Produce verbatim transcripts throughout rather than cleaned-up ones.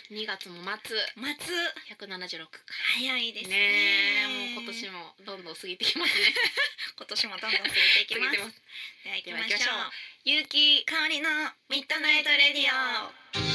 にがつも末末ひゃくななじゅうろっかい早いですね。 ねもう今年もどんどん過ぎてきますね今年もどんどん過ぎていきます。 過ぎてますでは行きまでは行きましょうしょう。 ゆうき香りのミッドナイトレディオ。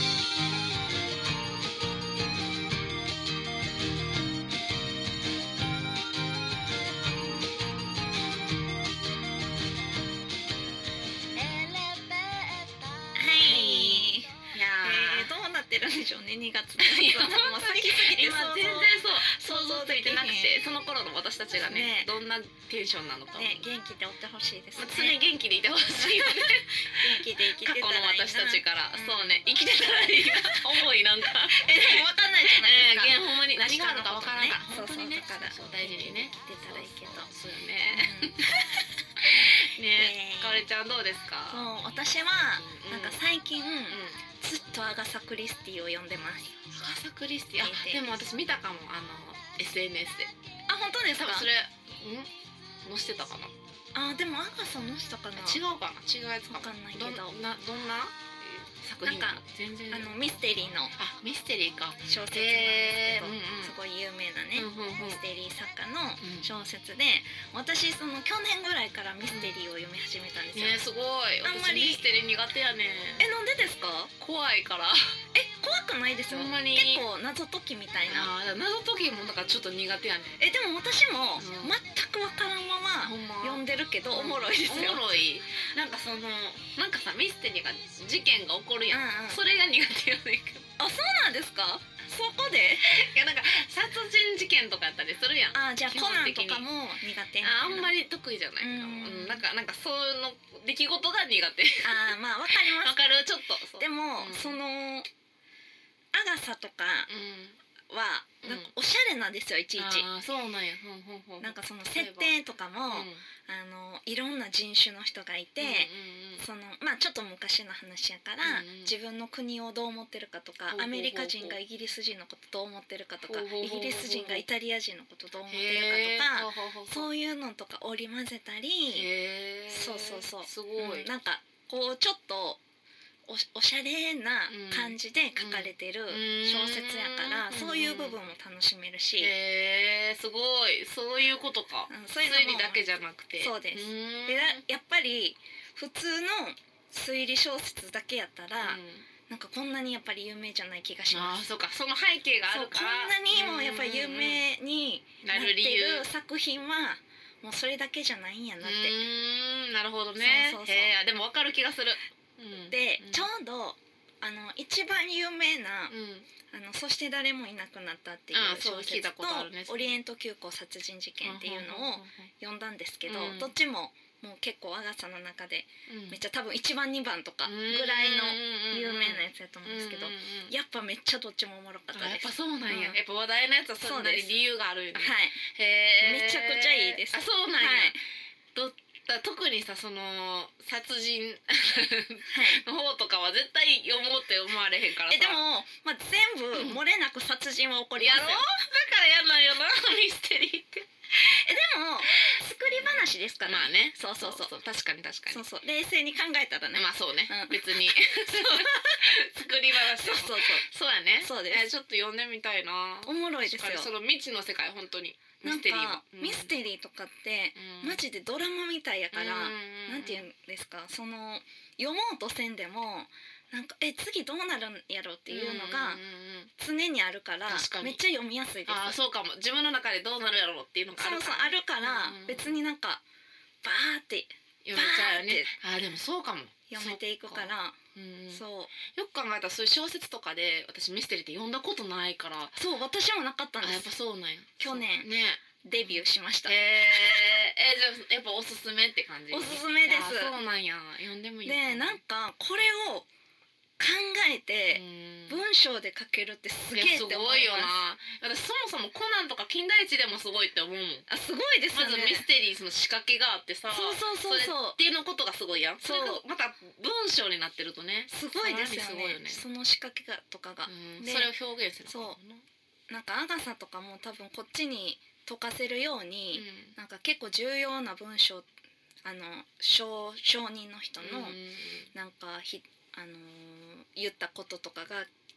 はいいやえー、どうなってるんでしょうねにがつの夏は。もう先すぎて今全然そう想像ついてなくて、その頃の私たちがねねどんなテンションなのかを、 ね元気でおってほしいですね。 まあ常に元気でいてほしいよね元気で生き過去のてたらいいな。 私たちから、 うんそうね生きてたらいいな重いなんかえでも分かんないじゃないですか。 えー、ほんまに何があるかわからんからそうそう本当にねだからそう大事にね生きてたらいいけど。 そうよねうんねえーかおりちゃんどうですか？ そう私はうんなんか最近うんずっとアガサ・クリスティを読んでます。 アガサ・クリスティあ見てでも私見たかもあの エスエヌエス であ本当ですか？ 多分それん載してたかなあでもアガサのしたかな。 違うかな違うやつかもわかんないけどどんなどんな作品なんか全然あのミステリーのあミステリーか小説なんですけど、 へーうんうんすごい有名なね、 うんうんうんミステリー作家のうん小説で、私その去年ぐらいからミステリーを読み始めたんですよ。 ねすごいあんまり私ミステリー苦手やねえなんでですか？ 怖いからえ怖くないですよ。 ほんまに結構謎解きみたいな。 あー謎解きもなんかちょっと苦手やねえでも私もうん全くわからんままほんま読んでるけどおもろいですよ。 おもろいなんかそのなんかさミステリーが事件が起こるやん、 うんうんそれが苦手やねんけどあそうなんですか？そこで？ いやなんか殺人事件とかやったりするやんあじゃあ基コナン本的にとかも苦手みたいな。 ああんまり得意じゃないかも、 うんうん、なんかなんかその出来事が苦手あまあわかります。 わかるちょっとそうでも、 うんそのアガサとかうんはうんなんかおしゃれなんですよいちいち。 あーそうなんやほんほんほんなんかその設定とかも、 うんあのいろんな人種の人がいて、 うんうんうんそのまあちょっと昔の話やから、 うんうん自分の国をどう思ってるかとか、 ほうほうほうほうアメリカ人がイギリス人のことどう思ってるかとか、 ほうほうほうほうイギリス人がイタリア人のことどう思ってへーるかとか、 ほうほうほうそういうのとか織り交ぜたり、 へーそうそうそうすごい、 うんなんかこうちょっとおしおしゃれな感じで書かれてる小説やから、 うんそういう部分も楽しめるし、 へえすごいそういうことか、 うんそういうのも推理だけじゃなくてそうですーんでややっぱり普通の推理小説だけやったら、 うんなんかこんなにやっぱり有名じゃない気がしあます。 あそうかその背景があそうこんるからなにもやっぱり有名になってなる理由る作品はもうそれだけじゃないんやなって。 うーんなるほどねそうそうそうへえでも分かる気がする、うんで、 うんちょうどあの一番有名なうんあのそして誰もいなくなったっていうあそう聞いた小説とことあるねオリエント急行殺人事件っていうのを読んだんですけど、 うんどっちももう結構アガサの中でうんめっちゃ多分いちばんにばんとかぐらいの有名なやつやと思うんですけど、 うんうんうんやっぱめっちゃどっちもおもろかったです。 あやっぱそうなんや、 うんやっぱ話題のやつはそんなに理由があるよねはいへえめちゃくちゃいいですあそうなんや、 はいどだ特にさその殺人はいの方とかは絶対読もうって思われへんからさえでも、まあ、全部漏れなく殺人は起こりやろますよ。 だからやなんよなミステリーってえでも作り話ですから、 まあねそうそうそう確かに確かにそうそう冷静に考えたらね、 まあそうね、 うん別に作り話そうそうそうそうやねそうですえちょっと読んでみたいなおもろいですよ。 確かにその未知の世界本当にミなんステリーはか、ミステリーとかって、 うんマジでドラマみたいやから、 うんなんていうんですかその読もうとせんでもなんかえ次どうなるんやろっていうのがんんん常にあるから確かにめっちゃ読みやすいです。 あーそうかも自分の中でどうなるやろうっていうのがあそうそうるからあるから、 うん別になんかバーって読めちゃうよねバあーでもそうかも読めていくからうんそうよく考えたらそういう小説とかで私ミステリーって読んだことないからそう私もなかったんあやっぱです。 そうなんや去年そうねデビューしました。 へええじゃあやっぱおすすめって感じおすすめですあそうなんや読んでもいいでなんかこれを考えて文章で書けるってすげえって思います。 すごいよな私そもそもコナンとか金田一でもすごいって思うもんあすごいですよね。 まずミステリーの仕掛けがあってさそうそうそうそうれっていうのことがすごいやんそそうれがまた文章になってるとねすごいですよさらにすごいよねねその仕掛けがとかが、でうんそれを表現するそうなんかアガサとかも多分こっちに解かせるように、 うんなんか結構重要な文章あの証証人の人の、 うんなんかひ、あのー言ったこととかが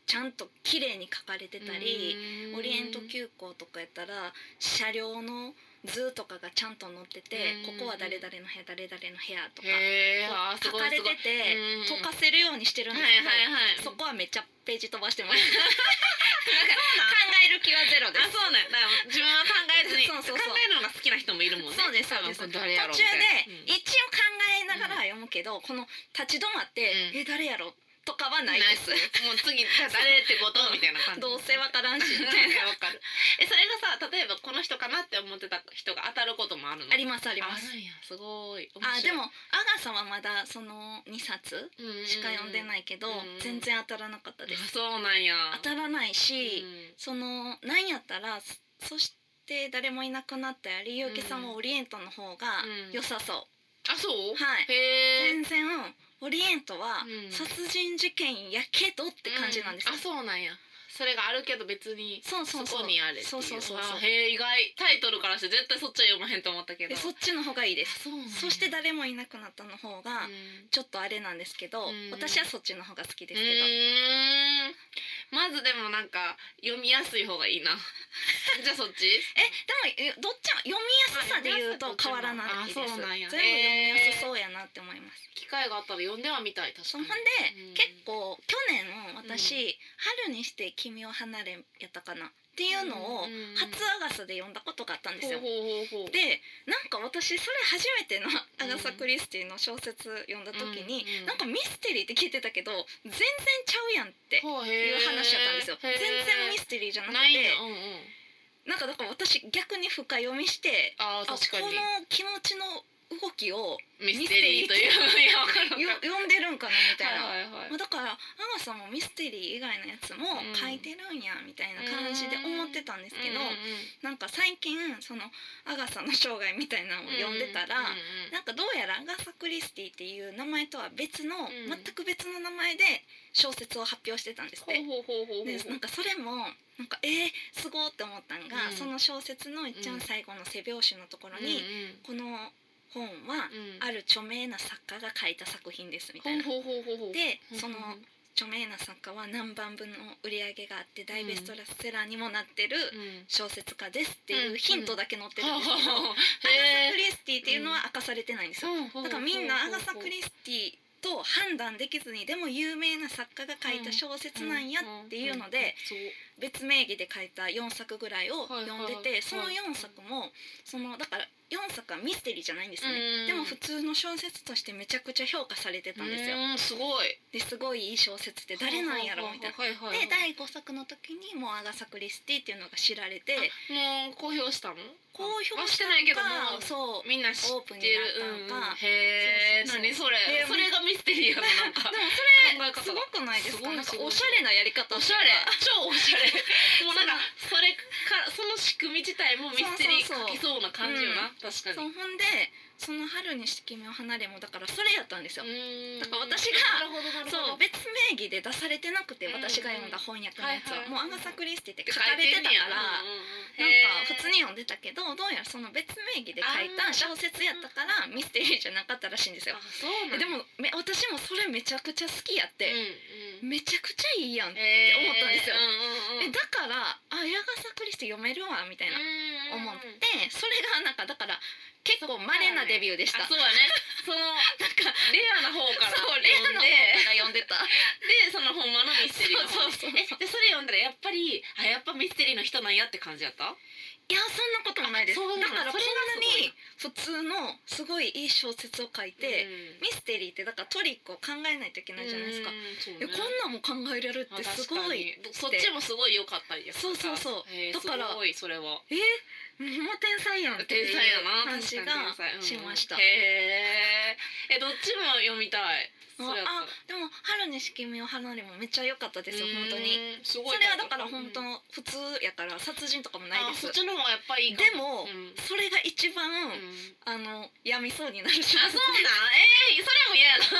ちゃんと綺麗に書かれてたり、オリエント急行とかやったら車両の図とかがちゃんと載ってて、ここは誰々の部屋誰々の部屋とか書かれてて解かせるようにしてるんですけど、はいはいはい、そこはめっちゃページ飛ばしてます考える気はゼロです。 あ、そうね。だから自分は考えずにそうそうそう考えるのが好きな人もいるもんね。 そうですそうです。途中で一応考えながら読むけど、うん、この立ち止まって、うん、え誰やろとかはないです。 もう次誰ってことみたいな感じ。 どうせわからんしみたいな。 わかる。え、それがさ、例えばこの人かなって思ってた人が当たることもあるの？ ありますあります。 あるんや。すごい。 あ、でもアガサはまだそのにさつしか読んでないけど、全然当たらなかったです。 そうなんや。 当たらないし、そのなんやったら、そして誰もいなくなったやりゆうきさんはオリエントの方が良さそう。 あ、そう？ はい。 へ全然オリエントは殺人事件やけどって感じなんですよ。 うん、あ、そうなんや。それがあるけど別にそこにあれっていう。 そうそうそうそう。 へえ、意外。タイトルからして絶対そっちは読まへんと思ったけど。 そっちの方がいいです。 そうなんや。 そして誰もいなくなったの方がちょっとあれなんですけど、私はそっちの方が好きですけど。 まずでもなんか読みやすい方がいいな。じゃあそっち？ え、でもどっちも読みやすさで言うと変わらないです。全部読みやすそうやなって思います。 機会があったら読んではみたい。確かに。 ほんで、結構去年私、春にして君を離れやったかなっていうのを初アガサで読んだことがあったんですよ。で、なんか私それ初めてのアガサ・クリスティの小説読んだ時に、なんかミステリーって聞いてたけど全然ちゃうやんっていう話やったんですよ。全然ミステリーじゃなくて、なんかだから私逆に深読みして、あ、この気持ちの動きをミステリーという読んでるんかなみたいな。はいはいはい、だからアガサもミステリー以外のやつも書いてるんやみたいな感じで思ってたんですけど、うんうんうん、なんか最近そのアガサの生涯みたいなのを読んでたら、うんうんうん、なんかどうやらアガサ・クリスティっていう名前とは別の、うん、全く別の名前で小説を発表してたんですって。で、なんかそれもなんかえー、すごーって思ったんが、うん、その小説の一番最後の背表紙のところに、うんうん、この本はある著名な作家が書いた作品ですみたいな。で、その著名な作家は何万部の売り上げがあって大ベストセラーにもなってる小説家ですっていうヒントだけ載ってるんですけど、アガサ・クリスティっていうのは明かされてないんですよ。だからみんなアガサ・クリスティと判断できずに、でも有名な作家が書いた小説なんやっていうので別名義で書いたよんさくぐらいを読んでて、そのよんさくもそのだからよんさくはミステリーじゃないんですね。でも普通の小説としてめちゃくちゃ評価されてたんですよ。 すごい。 ですごいいい小説って誰なんやろみたいな。でだいごさくの時にもうアガサ・クリスティっていうのが知られて、 もう公表したの？ 公表してないけども、 そうみんな知ってる。 オープンになったのか。 へえ、何それ？それがミステリーやのなんか。 でもそれすごくないですか？なんかおしゃれなやり方。 おしゃれ、超おしゃれ。もうなんかそれかその仕組み自体もミステリー書きそうな感じよな。確かに。 そう、ほんでその春にして君を離れもだからそれやったんですよ。だから私がそう別名義で出されてなくて、私が読んだ翻訳のやつはもうアガサ・クリスティって書かれてたから、なんか普通に読んでたけど、どうやらその別名義で書いた小説やったからミステリーじゃなかったらしいんですよ。でも私もそれめちゃくちゃ好きやって、めちゃくちゃいいやんって思ったんですよ。えだからあアガサ・クリスティ読めるわみたいな思って、それがなんかだから結構稀なデビューでした。 そうだね。そのなんかレアな方からそうレアな方から読んでた。 でそのほんまのミステリーの方。そうそうそう。えでそれ読んだらやっぱりあやっぱミステリーの人なんやって感じやった？ いやそんなこともないです。だからこんなに普通のすごいいい小説を書いて、ミステリーってだからトリックを考えないといけないじゃないですか。いやこんなんも考えられるってすごい。 そっちもすごい良かったりです。 そうそうそう。だからすごいそれは。 えもう天才やんっていう感じがしました。 へえ。えどっちも読みたい。 あでも春にし君を離れもめっちゃ良かったですよ本当に。それはだから本当普通やから殺人とかもないです。 そっちの方がやっぱりいいかも。でもそれが一番あの病みそうになるし。 あそうなんえそれも嫌やな。それ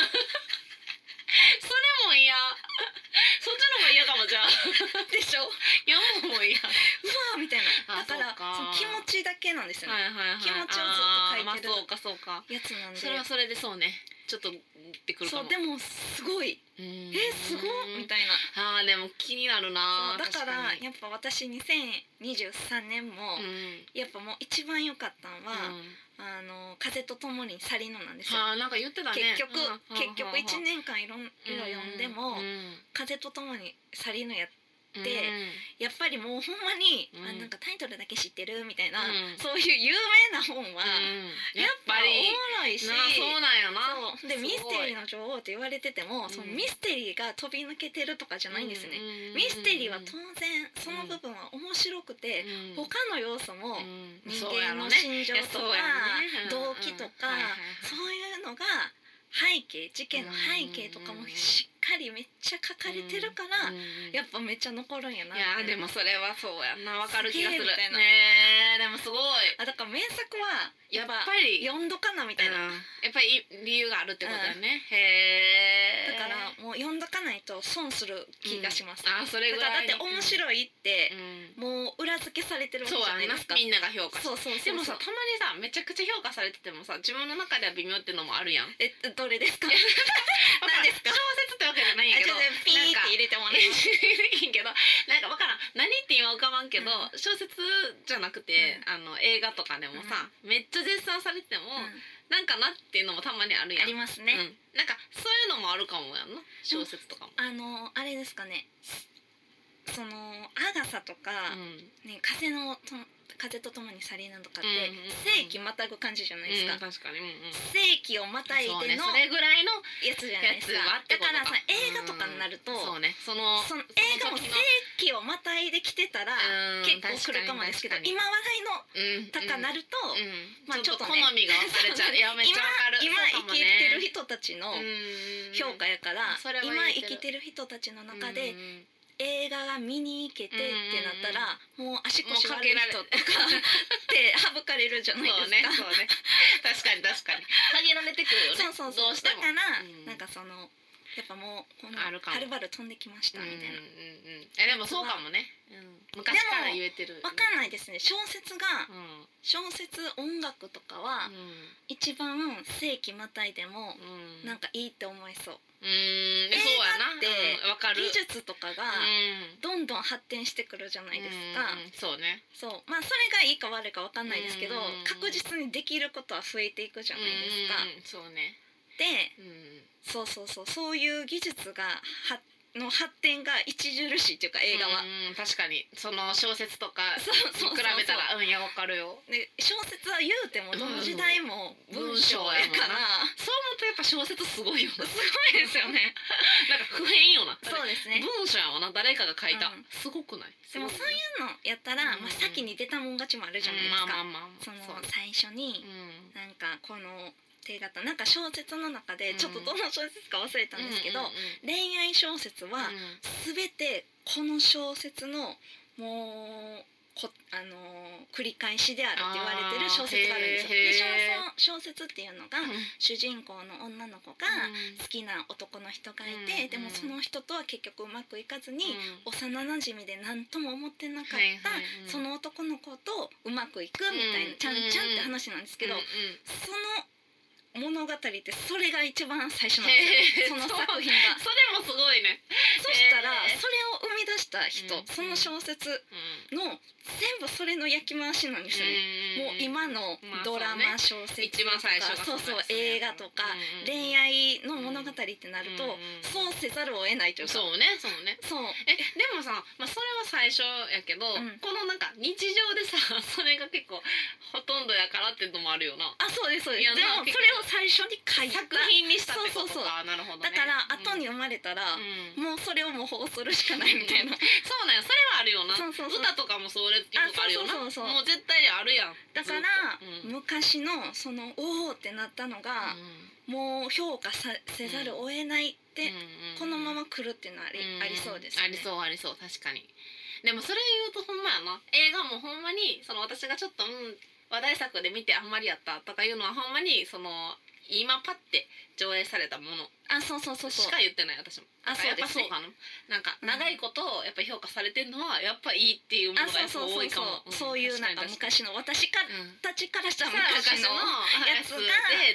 も嫌。そっちの方が嫌かもじゃあ。 でしょ。 読むも嫌。うわみたいな。だからその気持ちだけなんですよね。気持ちをずっと書いてるやつなんで。 それはそれでそうね。ちちょっとってくるかも。 そうでもすごいえすごいみたいな。 あーでも気になるな。 だからやっぱ私にせんにじゅうさんねんも、うん、やっぱもう一番良かったのは、うん、あの風とともに去りのなんですよ。 あなんか言ってたね。 結局、うん、結局いちねんかんいろいろ読んでも、うん、風とともに去りのやってで、うん、やっぱりもうほんまに、うん、あなんかタイトルだけ知ってるみたいな、うん、そういう有名な本は、うん、やっぱりおもろいし、 そうなんやな。 そうでミステリーの女王って言われてても、うん、そのミステリーが飛び抜けてるとかじゃないんですね、うん、ミステリーは当然その部分は面白くて、うん、他の要素も人間の心情とか、ね、動機とか、そういうのが背景事件の背景とかもしっかりめっちゃ書かれてるから、うん、やっぱめっちゃ残るんやな。 いやでもそれはそうやな、わかる気がするね。でもすごい。 あだから名作はやっぱり読んどかなみたいな、うん、 やっぱり理由があるってことだよね、うん、へえ。だからもう読んどかないと損する気がします、 うん、あそれぐらい。 だからだって面白いって、うん、もう裏付けされてるわけじゃないですか。 みんなが評価して。 そうそうそうそう。 でもさたまにさめちゃくちゃ評価されててもさ自分の中では微妙っていうのもあるやん。 えどれですか何ですか。 小説ってわけじゃないんやけどピーって入れてもらえいいけどなんかわからん何って今浮かばんけど、うん、小説じゃなくて、うん、あの映画とかでもさ、うん、めっちゃ絶賛されても、うん、なんかなっていうのもたまにあるやん。 ありますね、 うん、なんかそういうのもあるかもやんな小説とかも。 あのあれですかね、そのアガサとか、うんね、風のと風とともに去りなとかって、うんうんうん、世紀またぐ感じじゃないですか、 うん、確かに、うんうん、 世紀をまたいでのそ、 ね、それぐらいのやつじゃないですか。だからさ映画とかになると、うん、そうね、そのその映画も世紀をまたいできてたら結構来るかもですけど、今話題のとかなると、うんうん、 まあちょっと、ね、好みが分かれちゃういやめっちゃ分かる。 今生きてる人たちの評価やから、今生きてる人たちの中で、うんうん映画が見に行けてってなったら、うんうん、もう足腰悪い人とかって省かれるじゃないですか。そうね、そうね。 確かに確かに。限られてくるよね。 そうそうそう。 どうしてもだから、うん、なんかそのやっぱもうこのはるばる飛んできましたみたいな。うんうんうん、 えでもそうかもね。うん、昔から言えてる。 わかんないですね。小説が、うん、小説音楽とかは、うん、一番世紀またいでも、うん、なんかいいって思いそう。 うん映画って技術とかがどんどん発展してくるじゃないですか、 うんうん、そうね。 そうまあそれがいいか悪いか分かんないですけど、確実にできることは増えていくじゃないですか、 うんそうね。 で、うん、そうそうそうそういう技術が発の発展が著しいっていうか映画は、 うん確かにその小説とかに比べたらうんいやわかるよ。 で小説は言うてもどの時代も文章やから、 うん、そう思うとやっぱ小説すごいよな。 すごいですよねなんか不変よな。 そうですね。 文章やわな誰かが書いた、うん、すごくない。 でもそういうのやったら、うんまあ、先に出たもん勝ちもあるじゃないですか、うん、まあまあまあその最初に、うん、なんかこの手形なんか小説の中でちょっとどの小説か忘れたんですけど、うんうんうんうん、恋愛小説は全てこの小説のもうこあのー、繰り返しであるって言われてる小説があるんですよ。で小説っていうのが、うん、主人公の女の子が好きな男の人がいて、うん、でもその人とは結局うまくいかずに、うん、幼なじみで何とも思ってなかった、はいはいうん、その男の子とうまくいくみたいな、うん、ちゃんちゃんって話なんですけど、うんうん、その物語ってそれが一番最初なんですよ、その作品が。 それもすごいね。 そしたらそれを生み出した人、うん、その小説の全部それの焼き回しなんですよね、うん、もう今のドラマ小説とか、まあそうね、そうそう映画とか、うん、恋愛の物語ってなると、うん、そうせざるを得ないというか。 そうねそうねそうえでもさ、まあ、それは最初やけど、うん、このなんか日常でさそれが結構ほとんどやからっていうのもあるよな。 あそうですそうです。でもそれを最初に書いた作品にしたってことか。そうそうそうなるほど、ね、だから後に生まれたら、うん、もうそれを模倣するしかないみたいな、うん、 そうなんよそれはあるよな。そうそうそう歌とかもそれっていうのがあるよな。そうそうそうそうもう絶対にあるやん。 だから、うん、昔のそのおーってなったのが、うん、もう評価させざるを得ないって、うん、このまま来るっていうのはあり、うん、ありそうですね。 ありそうありそう確かに。でもそれ言うとほんまやな。映画もほんまにその私がちょっと、うん、話題作で見てあんまりやったとかいうのはほんまにその今パッて上映されたものあそうそうそうそうしか言ってない私も。あそうですね。やっぱそうかな。なんか長いことやっぱ評価されてるのはやっぱいいっていうものが多いかも。 そういうなんか昔の私か、うん、たちからしたら昔のやつが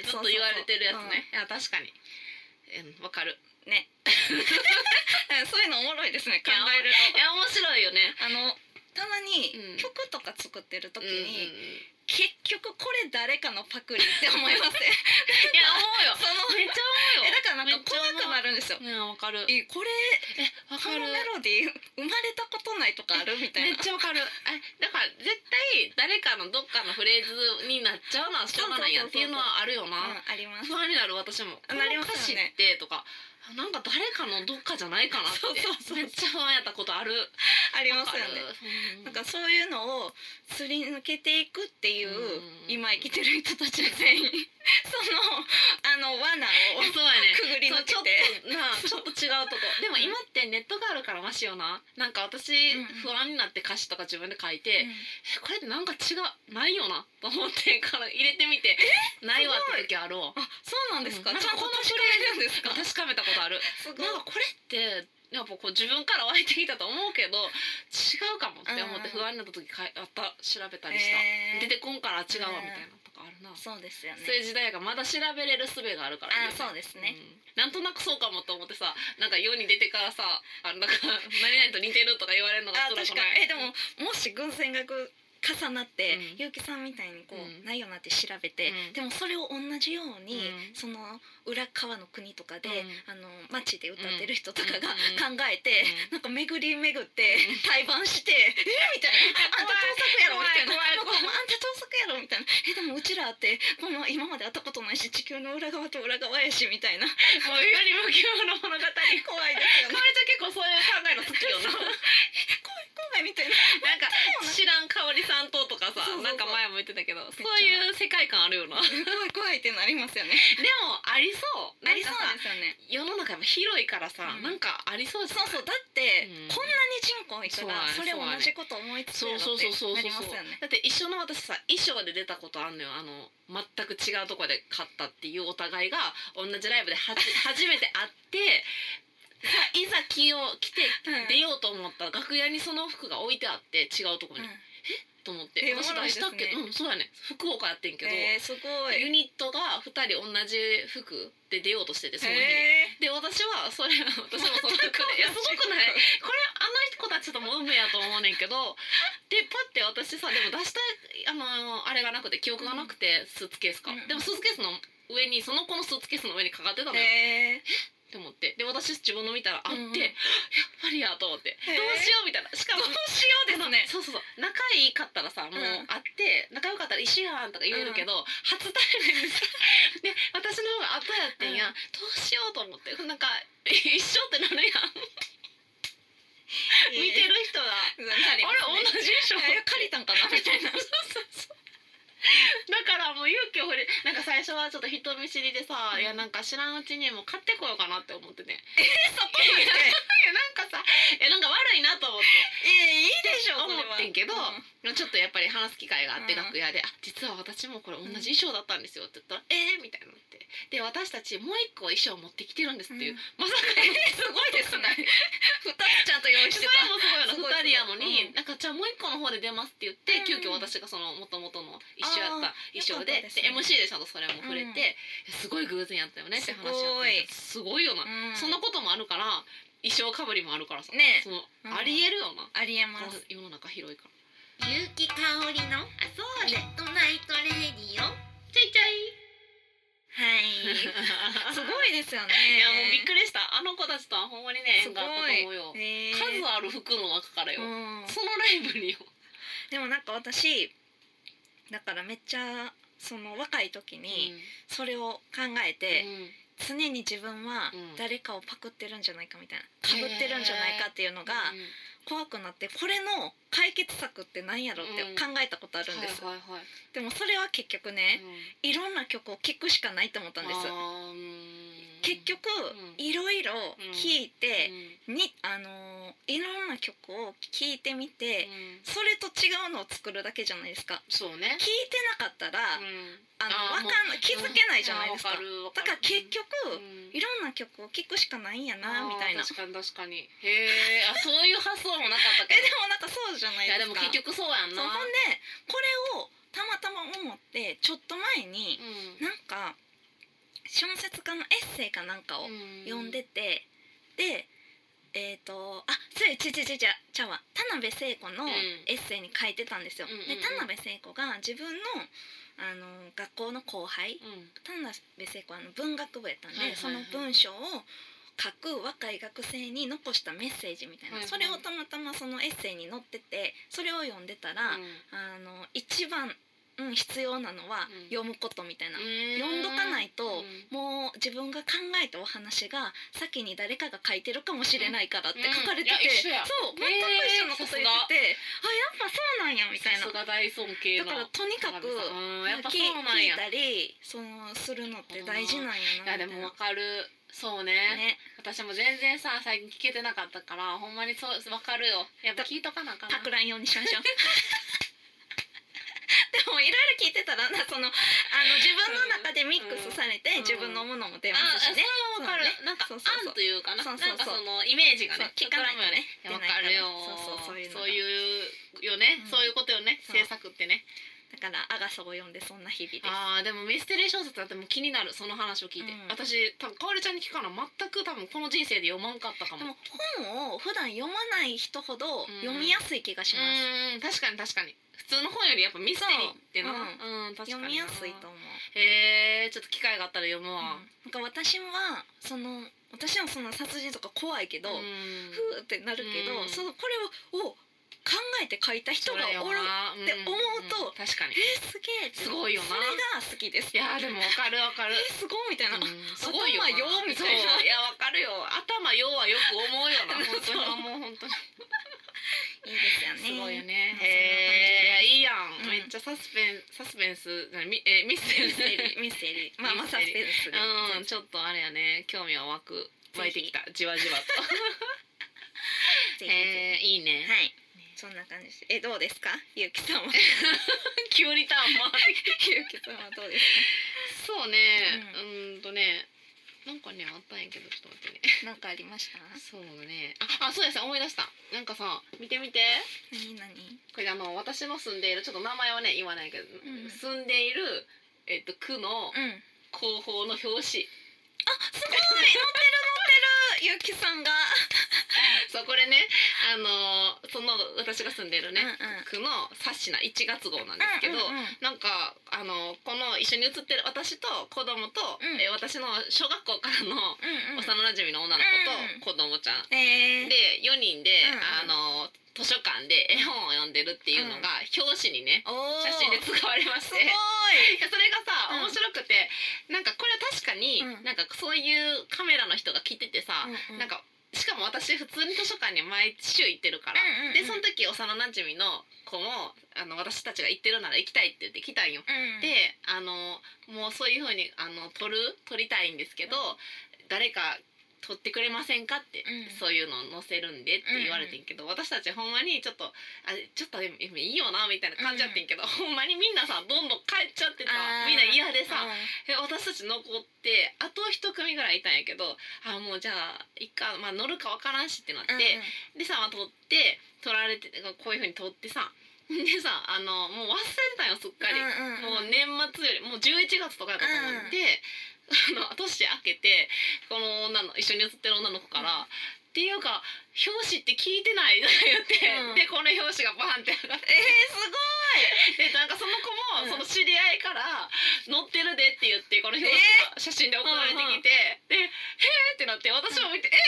ずっと言われてるやつね。いや確かにわかるねそういうのおもろいですね、考えると。 いや面白いよね。 あのたまに曲とか作ってる時に、 うんうん結局これ誰かのパクリって思いますねいや思うよそのめっちゃ思うよ。 えだからなんか怖くなるんですよ。 ねわかる。 えこれえわかる。 このメロディー生まれたことないとかあるみたいな。 めっちゃわかる。えだから絶対誰かのどっかのフレーズになっちゃうのはしょうがないやんっていうのはあるよな。 うん、あります。 不安になる私も。この歌詞ってとかなんか誰かのどっかじゃないかなってそうそうそうめっちゃ不安やったことある。 ありますよね。 うん、 なんかそういうのをすり抜けていくっていう、 うん、 今生きてる人たち全員そのあの罠をそうやねくぐり抜けてちょっとなちょっと違うとこでも今ってネットがあるからマシよな。なんか私、うん、不安になって歌詞とか自分で書いて、うん、えこれってなんか違うないよなと思ってから入れてみてないわって時あるわ。 あそうなんですか。 うん、 ちゃんと確かめるんですか。 確かめたことある。なんかこれってやっぱこう自分から湧いてきたと思うけど違うかもって思って不安になった時かあった調べたりした、えー、出てこんから違うわみたいなとかあるな。 そうですよね。 そういう時代がまだ調べれる術があるから、 ね、あそうですね、 うん、なんとなくそうかもと思ってさなんか世に出てからさあなんか何々と似てるとか言われるのが辛くない。えでももし偶然が重なって、うん、ゆうきさんみたいにこう、うん、ないよなって調べて、うん、でもそれを同じように、うん、その裏側の国とかで、うん、あの街で歌ってる人とかが考えて、うん、なんか巡り巡って対バンして、うん、えみたいなあんた盗作やろみたいなあんた盗作やろみたいなえでもうちらってこの今まで会ったことないし地球の裏側と裏側やしみたいなもう世にも奇妙な物語怖いですよね。 かおりちゃん結構そういう考えの好きよな怖い怖いみたいななんか知らん香りさんととかさそうそうそうなんか前も言ってたけどそういう世界観あるよな怖い怖いってなりますよね。 でもありそうありそうですよね。 世の中やっぱ広いからさ、うん、なんかありそうじゃない。 そうそうだって、うん、こんなに人口いたらそれ同じこと思いつくやろってなりますよね。 だって一緒の私さ衣装で出たことあんのよ。あの全く違うとこで買ったっていうお互いが同じライブでは初めて会ってさいざ着よう着て出ようと思ったら、うん、楽屋にその服が置いてあって違うとこに、うん、えと思って、えー、私出したっけ、ね、うんそうやね福岡やってんけど、 えー、すごいユニットがふたり同じ服で出ようとしててその日、 えー、 で私はそれ私もその服でいやすごくないこれあの子たちとも運命やと思うねんけどでパッて私さでも出したあのあれがなくて記憶がなくて、うん、スーツケースか、うん、でもスーツケースの上にその子のスーツケースの上にかかってたのよ、えーって思ってで私自分の見たらあって、うん、やっぱりやと思ってどうしようみたいなしかもどうしようですねそうそうそう仲いいかったらさもう会って仲良かったら一緒やんとか言えるけど、うん、初対面でさで私の方が後やってんや、うん、どうしようと思ってなんか一緒ってなるやん見てる人が、えー、あれ同じでしょ借りたんかなみたいなそうそうそうだからもう勇気を振りなんか最初はちょっと人見知りでさ、うん、いやなんか知らんうちにもう買ってこようかなって思ってねえー、そこまでいやなんかさいやなんか悪いなと思ってえー、いいでしょ思ってんけど、うん、ちょっとやっぱり話す機会があって、うん、楽屋で「あ実は私もこれ同じ衣装だったんですよ」って言ったら「えー?」みたいになってで私たちもう一個衣装持ってきてるんですっていう、うん、まさかえー、すごいですねふたつちゃんと用意してたそれもすごいよなふたりやのに、うん、なんかじゃあもう一個の方で出ますって言って、うん、急遽私がその元々の一緒やった衣装で、で エムシー でちゃんとそれも触れて、うん、すごい偶然やったよねって話やったけどすごいよな、うん、そんなこともあるから衣装かぶりもあるからさ、 ね、 その、うん、ありえるよな。 ありえます。 世の中広いから。 結城かおりのあそうミッドナイトレディオちょいちょいはいすごいですよね。 いやもうびっくりした。あの子たちとはほんまにね縁があったと思うよ、えー、数ある服の中からよ、うん、そのライブによ。 でもなんか私だからめっちゃその若い時にそれを考えて、うん、常に自分は誰かをパクってるんじゃないかみたいなかぶってるんじゃないかっていうのが怖くなって、これの解決策って何やろって考えたことあるんです、 うんはいはいはい、 でもそれは結局ね、うん、いろんな曲を聴くしかないと思ったんです。結局、うん、いろいろ聴いて、うん、にあのー、いろんな曲を聴いてみて、うん、それと違うのを作るだけじゃないですか。 そうね。 聴いてなかったら、うん、あのわかんない気づけないじゃないですか。だから結局、うん、いろんな曲を聴くしかないんやなみたいな。 確かに確かに。へえ、あそういう発想もなかったけど。 えでもなんかそうじゃないですか。 いやでも結局そうやんな。 そうほんでこれをたまたま思ってちょっと前に、うん、なんか小説家のエッセイかなんかを読んでて、でえーとあそうちちちちゃちゃは田辺聖子のエッセイに書いてたんですよ。で田辺聖子が自分のあの学校の後輩、うん、田辺聖子はあの文学部やったんで、はいはいはい、その文章を書く若い学生に残したメッセージみたいな、はいはい、それをたまたまそのエッセイに載ってて、それを読んでたら、うん、あの一番うん、必要なのは読むことみたいな、うん、読んどかないと、うん、もう自分が考えたお話が先に誰かが書いてるかもしれないからって書かれてて、うん、そう全く一緒のこと言ってて、あやっぱそうなんやみたいな。さすが大尊敬の。だからとにかく聞いたりそのするのって大事なんやな。いやでもわかる。そうね、ね、私も全然さ最近聞けてなかったからほんまにそうわかるよ。やっぱ聞いとかなあかんな。たくらんようにしましょう。でもいろいろ聞いてたらな、そのあの自分の中でミックスされて、うん、自分のものも出ますしね。あ、それはわかる。ね、なんかそうそうそう案というかな、そうそうそう、なんかそのイメージがね聞かないとねわかるよ。そうそうそういうそういうよね、うん、そういうことよね、制作ってね。だからアガサを読んでそんな日々です。あーでもミステリー小説だってもう気になる、その話を聞いて、うん、私多分かおりちゃんに聞かな全く多分この人生で読まんかったかも。でも本を普段読まない人ほど読みやすい気がします。うん、確かに確かに普通の本よりやっぱミステリーってな、うんうん、確かに読みやすいと思う。へえ、ちょっと機会があったら読むわ。うん、なんか私はその私はその殺人とか怖いけど、うん、ふーってなるけど、うん、そのこれを考えて書いた人がおるって思うと、うんうん、確かにえー、すげえすごいよな。それが好きです。いやでもわかるわかる。えー、すごいみたいな、うん、すごいよな。頭よみたいな。いやわかるよ。頭よはよく思うよな。本当にもう本当に。いいですよね。すごいよね。へえ、いいやん。うん、めっちゃサスペンサスペンスミえミステリーミステリーまあまあサスペンスで、うん、ちょっとあれやね、興味は湧く湧いてきた、じわじわと。へえ、いいね。はい。そんな感じです。え、どうですか、ゆうきさんは。急にターン回ってきて。ゆうきさんはどうですか。そうね、うん、うんとね。なんかねあったんやけどちょっと待ってね。なんかありました？そうね。あ、あそうです、思い出した。なんかさ見てみて。何何？これあの私の住んでいるちょっと名前はね言わないけど、うん、住んでいるえっと区の広報の表紙。うん、あ、すごい載ってる載ってるゆうきさんが。そうこれねあのその私が住んでるね、うんうん、区の冊子ないちがつ号なんですけど、うんうんうん、なんかあのこの一緒に写ってる私と子供と、うん、え私の小学校からの幼なじみの女の子と子供ちゃん、うんうん、でよにんで、うんうん、あの図書館で絵本を読んでるっていうのが表紙にね、うん、写真で使われまして、すごいそれがさ面白くて、うん、なんかこれは確かに、うん、なんかそういうカメラの人が来ててさ、うんうん、なんかしかも私普通に図書館に毎週行ってるから、うんうんうん、でその時幼なじみの子もあの私たちが行ってるなら行きたいって言って来たんよ、うん、であのもうそういう風にあの撮る撮りたいんですけど、うん、誰か撮ってくれませんかって、うん、そういうの載せるんでって言われてんけど、うんうん、私たちほんまにちょっとあちょっといいよなみたいな感じやってんけど、うん、ほんまにみんなさどんどん帰っちゃってさ、みんな嫌でさ、うん、私たち残ってあと一組ぐらいいたんやけど、あもうじゃあいっか、まあ、乗るかわからんしってなって、うんうん、でさ、まあ、撮って撮られてこういう風に撮ってさでさあのもう忘れてたよすっかり、うんうんうん、もう年末よりもうじゅういちがつとかやったと思って、うん、あの年明けてこの女の一緒に写ってる女の子から、うん、っていうか表紙って聞いてないとか言って、うん、でこの表紙がバンって上がって、えー、すごいでなんかその子も、うん、その知り合いから載ってるでって言ってこの表紙が写真で送られてきて、えー、でへーってなって私も見て、うん、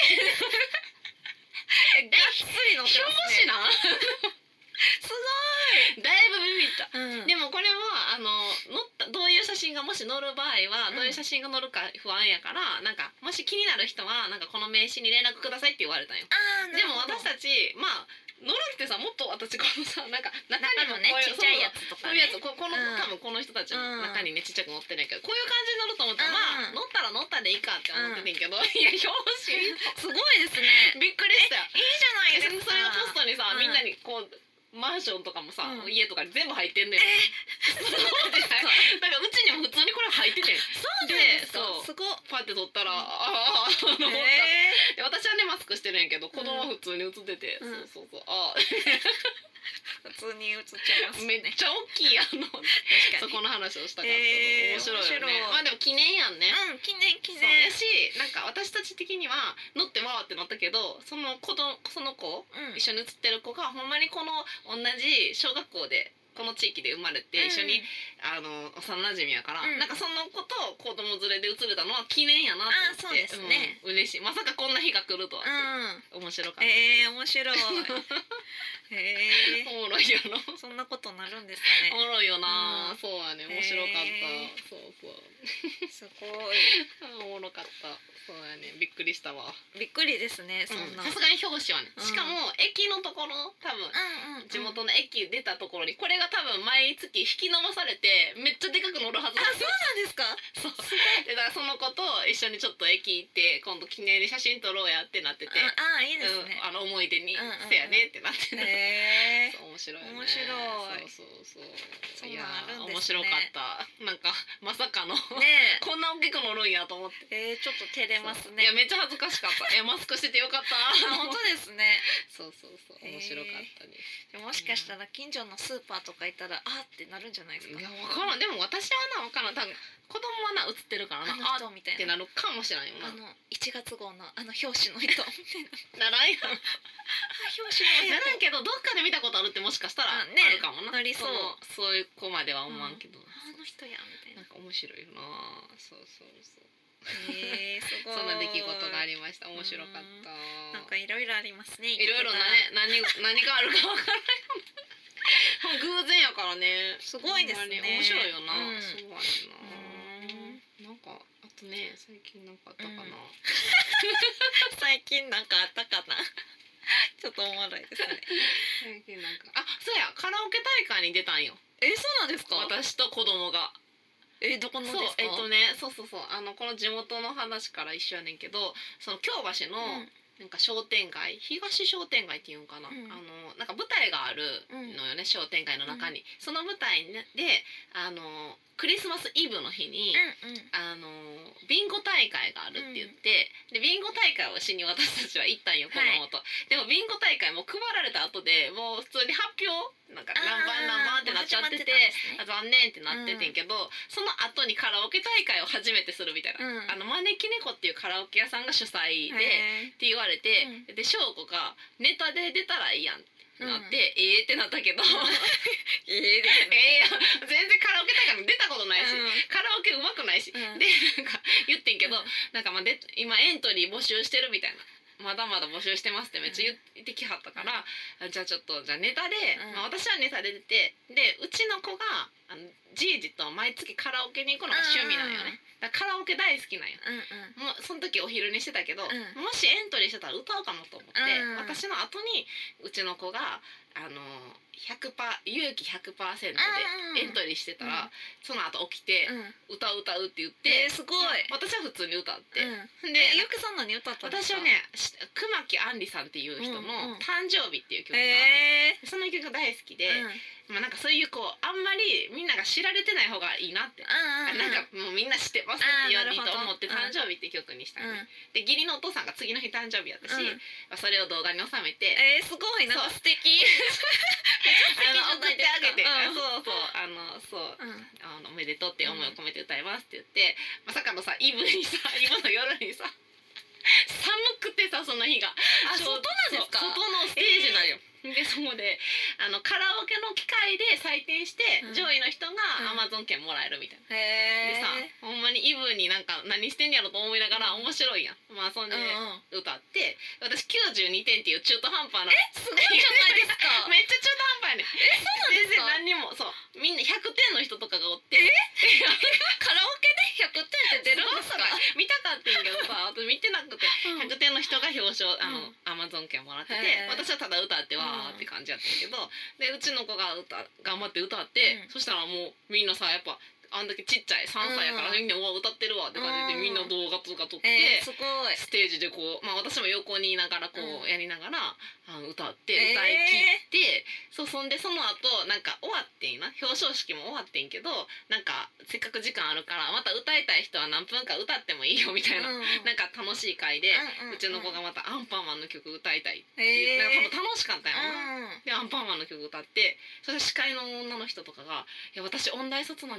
えー、がっつり載ってますね。表紙なんすごいだいぶビビった、うん、でもこれはあの載ったどういう写真がもし載る場合は、うん、どういう写真が載るか不安やからなんかもし気になる人はなんかこの名刺に連絡くださいって言われたんよ。でも私たちまあ乗るってさもっと私このさなんか中にもこういう、ね、ちっちゃいやつとかね、こういうやつここの、うん、多分この人たちの中にねちっちゃく載ってないけどこういう感じに乗ると思ったら、うん、まあ乗ったら乗ったでいいかって思っててんけど、うん、いや表紙すごいですね。びっくりした。いいじゃないですか。それがポストにさ、うん、みんなにこうマンションとかもさ、うん、家とかに全部入ってんねん。えー、だからうちにも普通にこれ入っててん。そうですか。すごい。パって取ったら、うん、ああ思った、えー、私はねマスクしてるんやけど子供は普通に映ってて、うん、そうそうそうあ普通に映っちゃいます、ね、めっちゃ大きいあのそこの話をしたかった、えー、面白いよね。まあでも記念やんね。うん記念記そう念やし、なんか私たち的には乗って回ってなったけど、その子どその子、 うん一緒に写ってる子がほんまにこの同じ小学校でこの地域で生まれて一緒に、あの幼馴染やから、 うんなんかその子と子供連れで写れたのは記念やなと思って。 あそうですね、 うん、嬉しい。まさかこんな日が来るとはって、面白かった。 えー、面白いえー、 おもろいよな。 そんなことなるんですかね。 おもろいよな、 うんそうやね、面白かった、 へーそうそうすごいおもろかった、そうやね、びっくりしたわ。 びっくりですね、そんな。 さすがに表紙はね、 うんしかも駅のところ、多分うんうんうん、 地元の駅出たところにこれが多分毎月引き伸ばされてめっちゃでかく乗るはずあ、 だ。 そうなんですか。 そうで、だからその子と一緒にちょっと駅行って今度記念で写真撮ろうやってなってて、 ああ、いいですねうん、。あの思い出に、 うんうんうんせやねってなってる、 へえそう面白いよね、 面白いそうそうそうそんいやなんあるんですね面白かった、なんかまさかのねこんな大きく乗るんやと思って、 え、えー、ちょっと照れますいね。 やめっちゃ恥ずかしかった、いやマスクしててよかったあ、本当ですね。 そうそうそう面白かったね、 でももしかしたら近所のスーパーとか行ったらあってなるんじゃないですか。 いや分からん、でも私はな分からん、多分子供はな映ってるからな、 あの人みたいな。 ってなるかもしれないよな。 あのいちがつ号のあの表紙の人みたいな。 ならんやん。 あ、表紙のならんけどどっかで見たことあるってもしかしたらああねるかもな。 なりそうのそういう子までは思わんけど、 あの人やみたいな。 なんか面白いよな。そうそうそう。 へえ、すごい。 そんな出来事がありました。面白かった。 なんかいろいろありますね。 いろいろなね、何何があるかわからない。偶然やからね。 すごいですね。 面白いよな。 うん、 そうやねな。なんかあとね、最近なんかあったかな。 うん、最近なんかあったかな。ちょっとおもろいですね。 最近なんか、あ、そうや、カラオケ大会に出たんよ。 え、そうなんですか。 私と子供が。 え、どこのですか。 そう、えっとね、そうそうそう、あのこの地元の話から一緒やねんけど、その京橋の、 うんなんか商店街、東商店街っていうんかな、 うん、 あのなんか舞台があるのよね、うん、商店街の中に、うん、その舞台であのクリスマスイブの日に、 うんうん、 あのビンゴ大会があるって言って、うん、でビンゴ大会をしに私たちは行ったんよ、子供と、はい、でもビンゴ大会も配られた後でもう普通に発表なんか何番何番ってなっちゃってて、てね、残念ってなっててんけど、うん、その後にカラオケ大会を初めてするみたいな、うん、あの招き猫っていうカラオケ屋さんが主催でって言われて、うん、で翔子がネタで出たらいいやんってなって、うん、ええー、ってなったけどええですね、ええー、全然カラオケ大会も出たことないし、うん、カラオケうまくないし、うん、でなんか言ってんけど、うん、なんかまあで今エントリー募集してるみたいな。まだまだ募集してますってめっちゃ言ってきはったから、うん、じゃあちょっとじゃあネタで、うん、まあ、私はネタで出て、でうちの子があのじいじと毎月カラオケに行くのが趣味なんよね、だからカラオケ大好きなんよ、うんうん、もうその時お昼にしてたけど、うん、もしエントリーしてたら歌おうかなと思って、うん、私の後にうちの子があの ひゃくパーセント 勇気 ひゃくパーセント でエントリーしてたら、うん、その後起きて、うん、歌う歌うって言って、 えー、すごい。 私は普通に歌って、 うん、でゆくさん何歌ったんですか。 私はね熊木杏里さんっていう人の「誕生日」っていう曲がある、 えー、 その曲が大好きで、うん、まあなんかそういうこうあんまりみんなが知られてない方がいいなって、うん、なんかもうみんな知ってますって言われいいと思って「誕生日」って曲にしたね、うん、で義理のお父さんが次の日誕生日やったし、うん、それを動画に収めて、 えー、すごいなんか素敵あの送ってあげて、うん、そうそうあのそう、うん、あのおめでとうって思いを込めて歌いますって言って、まさかのさイブにさイブの夜にさ寒くてさその日があ外なんですか。 外のステージだよ、えー、でそこであのカラオケの機械で採点して、うん、上位の人がアマゾン券もらえるみたいな、うん、でさほんまにイブになんか何してんやろと思いながら面白いやん、まあそんで歌って、うんうん、私きゅうじゅうにてんっていう中途半端なえすごいじゃないですかめっちゃ中途半端やねん。 えそうなんですか。 全然何にもそうみんなひゃくてんの人とかがおってえカラオケでひゃくてんって出るんですか。 見たかったんけどさあと見てなくて、うん、ひゃくてんの人が表彰あの、うん、アマゾン券もらってて、私はただ歌ってわーって感じやったんけど、でうちの子が歌頑張って歌って、うん、そしたらもうみんなさやっぱあんだけちっちゃいさんさいやからみんな、うん、うわ歌ってるわって感じでみんな動画とか撮って、 えー、すごいステージでこう、まあ、私も横にいながらこうやりながら、あの歌って歌い切って、えー、そうそんでその後なんか終わってんな表彰式も終わってんけどなんかせっかく時間あるからまた歌いたい人は何分か歌ってもいいよみたいな、うん、なんか楽しい回で、うんうん、うちの子がまたアンパンマンの曲歌いたいっていう、えー、なんか多分楽しかったよな、うん、でアンパンマンの曲歌ってそして司会の女の人とかが「いや私音大卒なんですけど、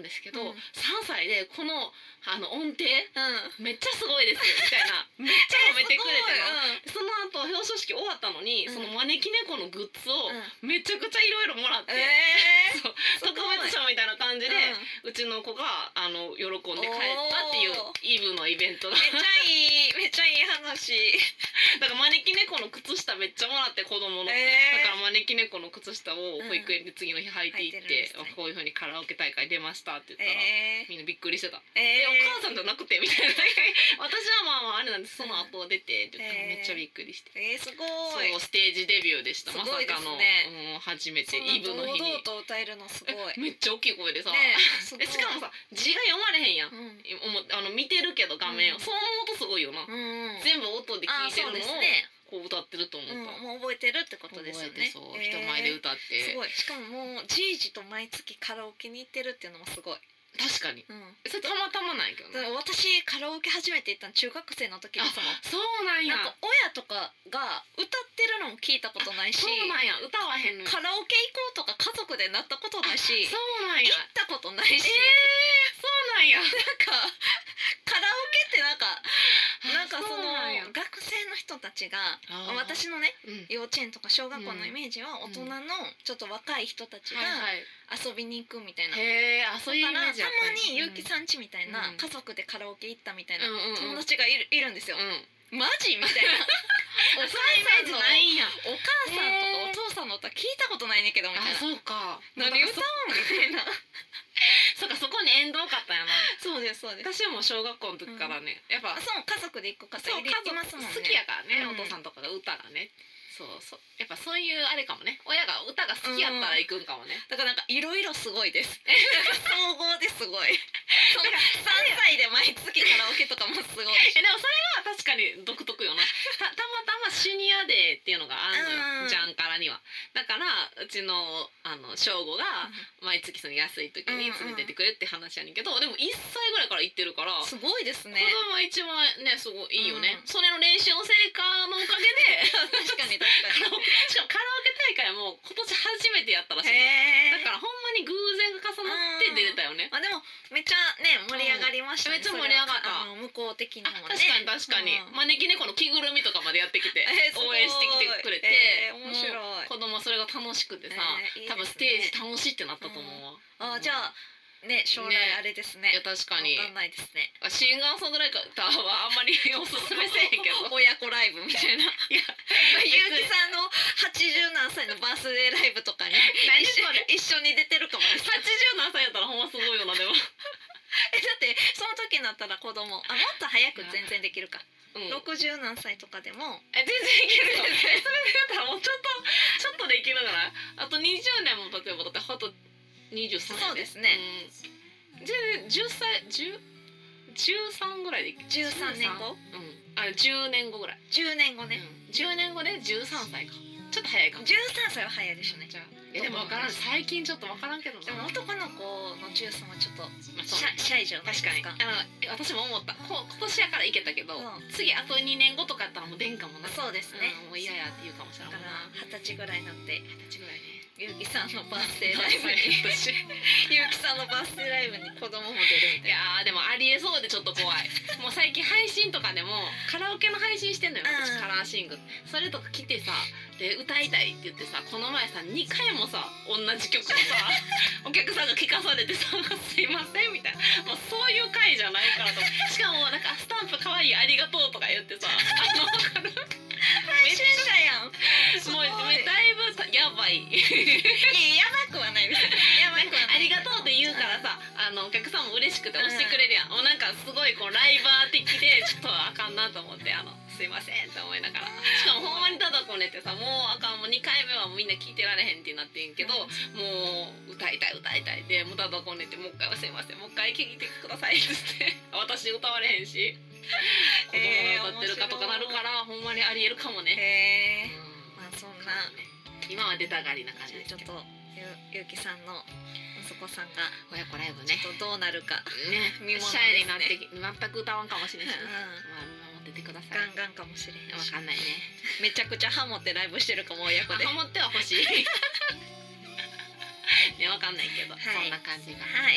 ど、 うんさんさいでこのあの音程うんめっちゃすごいですみたいなめっちゃ褒めてくれてな、 えーすその後表彰式終わったのに、 うんその招き猫のグッズをうめちゃくちゃいろいろもらって、 えーそうすごい特別賞みたいな感じで、 ううちの子があの喜んで帰ったっていうイブのイベントがめっちゃいいめっちゃいい話。 だから招き猫の靴下めっちゃもらって子供の、 えーだから招き猫の靴下を保育園で次の日履いていって、 うん履いてるんですねこういう風にカラオケ大会出ましたって言ったら、 えーみんなびっくりしてた。 ええー、 お母さんじゃなくてみたいな私はまあまああれなんですその後出てって言ったらえーめっちゃびっくりして、 えー、すごい。 そうステージデビューでした。 すごいですまさかの、 ねうん、初めてそんなイブの日に堂々と歌えるのすごい。ねめっちゃ大きい声でさ、 すごいでしかもさ字が読まれへんやん、 うん思っあの見てるけど画面を、 うんそう思うとすごいよな、 うんうん。 全部音で聞いてるのをあそうですねこう歌ってると思った、 うん、もう覚えてるってことですよね。 覚えてそう、人前で歌ってすごい。しかももうじいじと毎月カラオケに行ってるっていうのもすごい。 確かにうん。 それたまたまないけどな、 だから私カラオケ初めて行ったの中学生の時ですもん。 そうなんやなんか親とかが歌ってるのも聞いたことないし、 そうなんや歌わへんのカラオケ行こうとか家族でなったことないし、 そうなんや行ったことないし、 えー、そうなんやなんかカラオケってなんかなんかそそうのなんや学生の人たちがあー私のねうん幼稚園とか小学校のイメージは大人のちょっと若い人たちがはいはい遊びに行くみたいな。 へえ、あ、そういうイメージだからたあったんやまにゆうきさん家みたいなうん家族でカラオケ行ったみたいなうんうんうん友達がいるいるんですよ。 うん、 マジみたいな。お母そういうイメージさんのないんや。 お母さんとかお父さんの歌聞いたことないねんけどみたいあ、 な。 そうか。 何歌うんみたいな。 そうか、そこに縁遠かったんやな。 そうですそうです。 私も小学校の時からね、やっぱあそう家族で行く方いるそう家族いますもんね。 好きやからね、 うんお父さんとかが歌がね。そうそう、やっぱそういうあれかもね。親が歌が好きやったら行くんかもね。 だからなんかいろいろすごいです。総合ですごい。そのさんさいで毎月カラオケとかもすごいし。 え、でもそれは確かに独特よな。たたまたまシニアデーっていうのがあるのよ、 うんジャンカラには。だからうちのあの正吾が毎月その安い時に連れてってくれって話やねんけど、でもいっさいぐらいから行ってるからすごいですね。 子供は一番ねすごいいいよね、 うんそれの練習の成果のおかげで確かに確かカラオケしかもカラオケ大会も今年初めてやったらしいに。 のへえ。 だからほんまに偶然が重なって出れたよね。 あでもめっちゃね盛り上がりましたね。 うんめっちゃ盛り上がったそれはあの向こう的にあもね。 確かに確かに、 うん招き猫の着ぐるみとかまでやってきて、 えーすごい応援してきてくれて、 えー面白いもう子供はそれが楽しくてさ、 えーいいですね多分ステージ楽しいってなったと思うわ、 あじゃあね将来あれですね。 いや確かにわかんないですね。 シンガーソングライターはあんまりおすすめせえへんけど親子ライブみたいな。 いやゆうきさんのはちじゅうなんさいのバースデーライブとかに何一緒それ一緒に出てるかもです。 はちじゅう何歳やったらほんますごいよなでも、 えだってその時になったら子供あもっと早く全然できるか。 うん、 ろくじゅうなんさいとかでもえ全然いけるよえそれで言ったらもうちょっとちょっとできるからあとにじゅうねんも例えばだってあとにじゅうさんやそうですね。 うん、じゃあじゅっさいじゅう じゅうさんぐらいでいけるじゅうさんねんごうんあじゅうねんごぐらい、 じゅうねんごね。 うん、じゅうねんごでじゅうさんさいかちょっと早いかもじゅうさんさいは早いでしょうね。 じゃあいやでも分からん最近ちょっと分からんけどなでも男の子のジュースもちょっとまあそうシャシャイじゃないです確か。 かにあの私も思ったこ今年やからいけたけど、 うん次あとにねんごとかやったらもう出んかもなそうですね。 うんもう嫌やって言うかもしれだかないもんなら二十歳ぐらいになって二十歳ぐらいねゆうきさんのバースデーライブに私いゆうきさんのバースデーライブに子供も出るみたいな。 やーでもありえそうでちょっと怖いもう最近配信とかでもカラオケの配信してんのよ私、 うんカラーシングそれとか来てさで歌いたいって言ってさこの前さにかいもさ同じ曲をさお客さんが聴かされてさ「すいません」みたいなもうそういう回じゃないからとしかもなんかスタンプかわいいありがとうとか言ってさあの分かる配信者やん。すもごい。 うだいぶさやばいいややばくはないです。やばくはない。 ありがとうって言うからさ、あのお客さんも嬉しくて押してくれるやん、もうなんかすごいこうライバー的でちょっとあかんなと思ってあのすいませんって思いながらしかもほんまにただこねてさもうあかんもうにかいめはもうみんな聞いてられへんってなってんけど、もう歌いたい歌いたいでもうただこねてもう一回はすいませんもう一回聞いてくださいっつって私歌われへんし子供が歌ってるかとかなるから、ほんまにありえるかもね、 へえ。 うんまあそんな今は出たがりな感じじゃあちょっですけどとゆゆうきさんの息子さんが親子ライブねちょっとどうなるか。 ね、 見ものですねシャイになってき全く歌わんかもしれないし、 うんまあ見守っててください。 ガンガンかもしれへんし。 わかんないね。 めちゃくちゃハモってライブしてるかも親子で。 ハモっては欲しい。ね、わかんないけど、 はいそんな感じがはい。 あり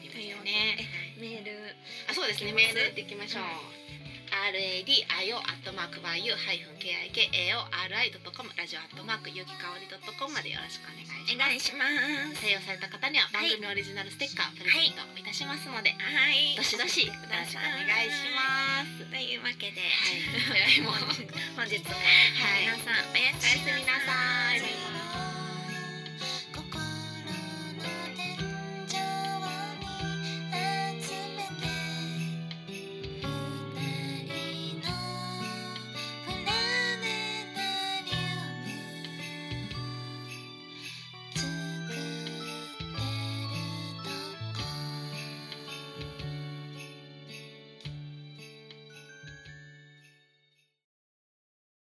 ですよね。 メールあそうですねメールでいきましょう。アールエーディーアイオー アットマークバイユーハイフンケーアイケーエーオーアールアイ ドットコムラジオアットマークゆきかおりドットコムまでよろしくお願いします。 お願いします。 採用された方には番組オリジナルステッカープレゼントいたしますので、 はい、 どしどしよろしくお願いします。 というわけで、 はい、もう本日もはい皆さんおやすみなさい。 おやすみなさい。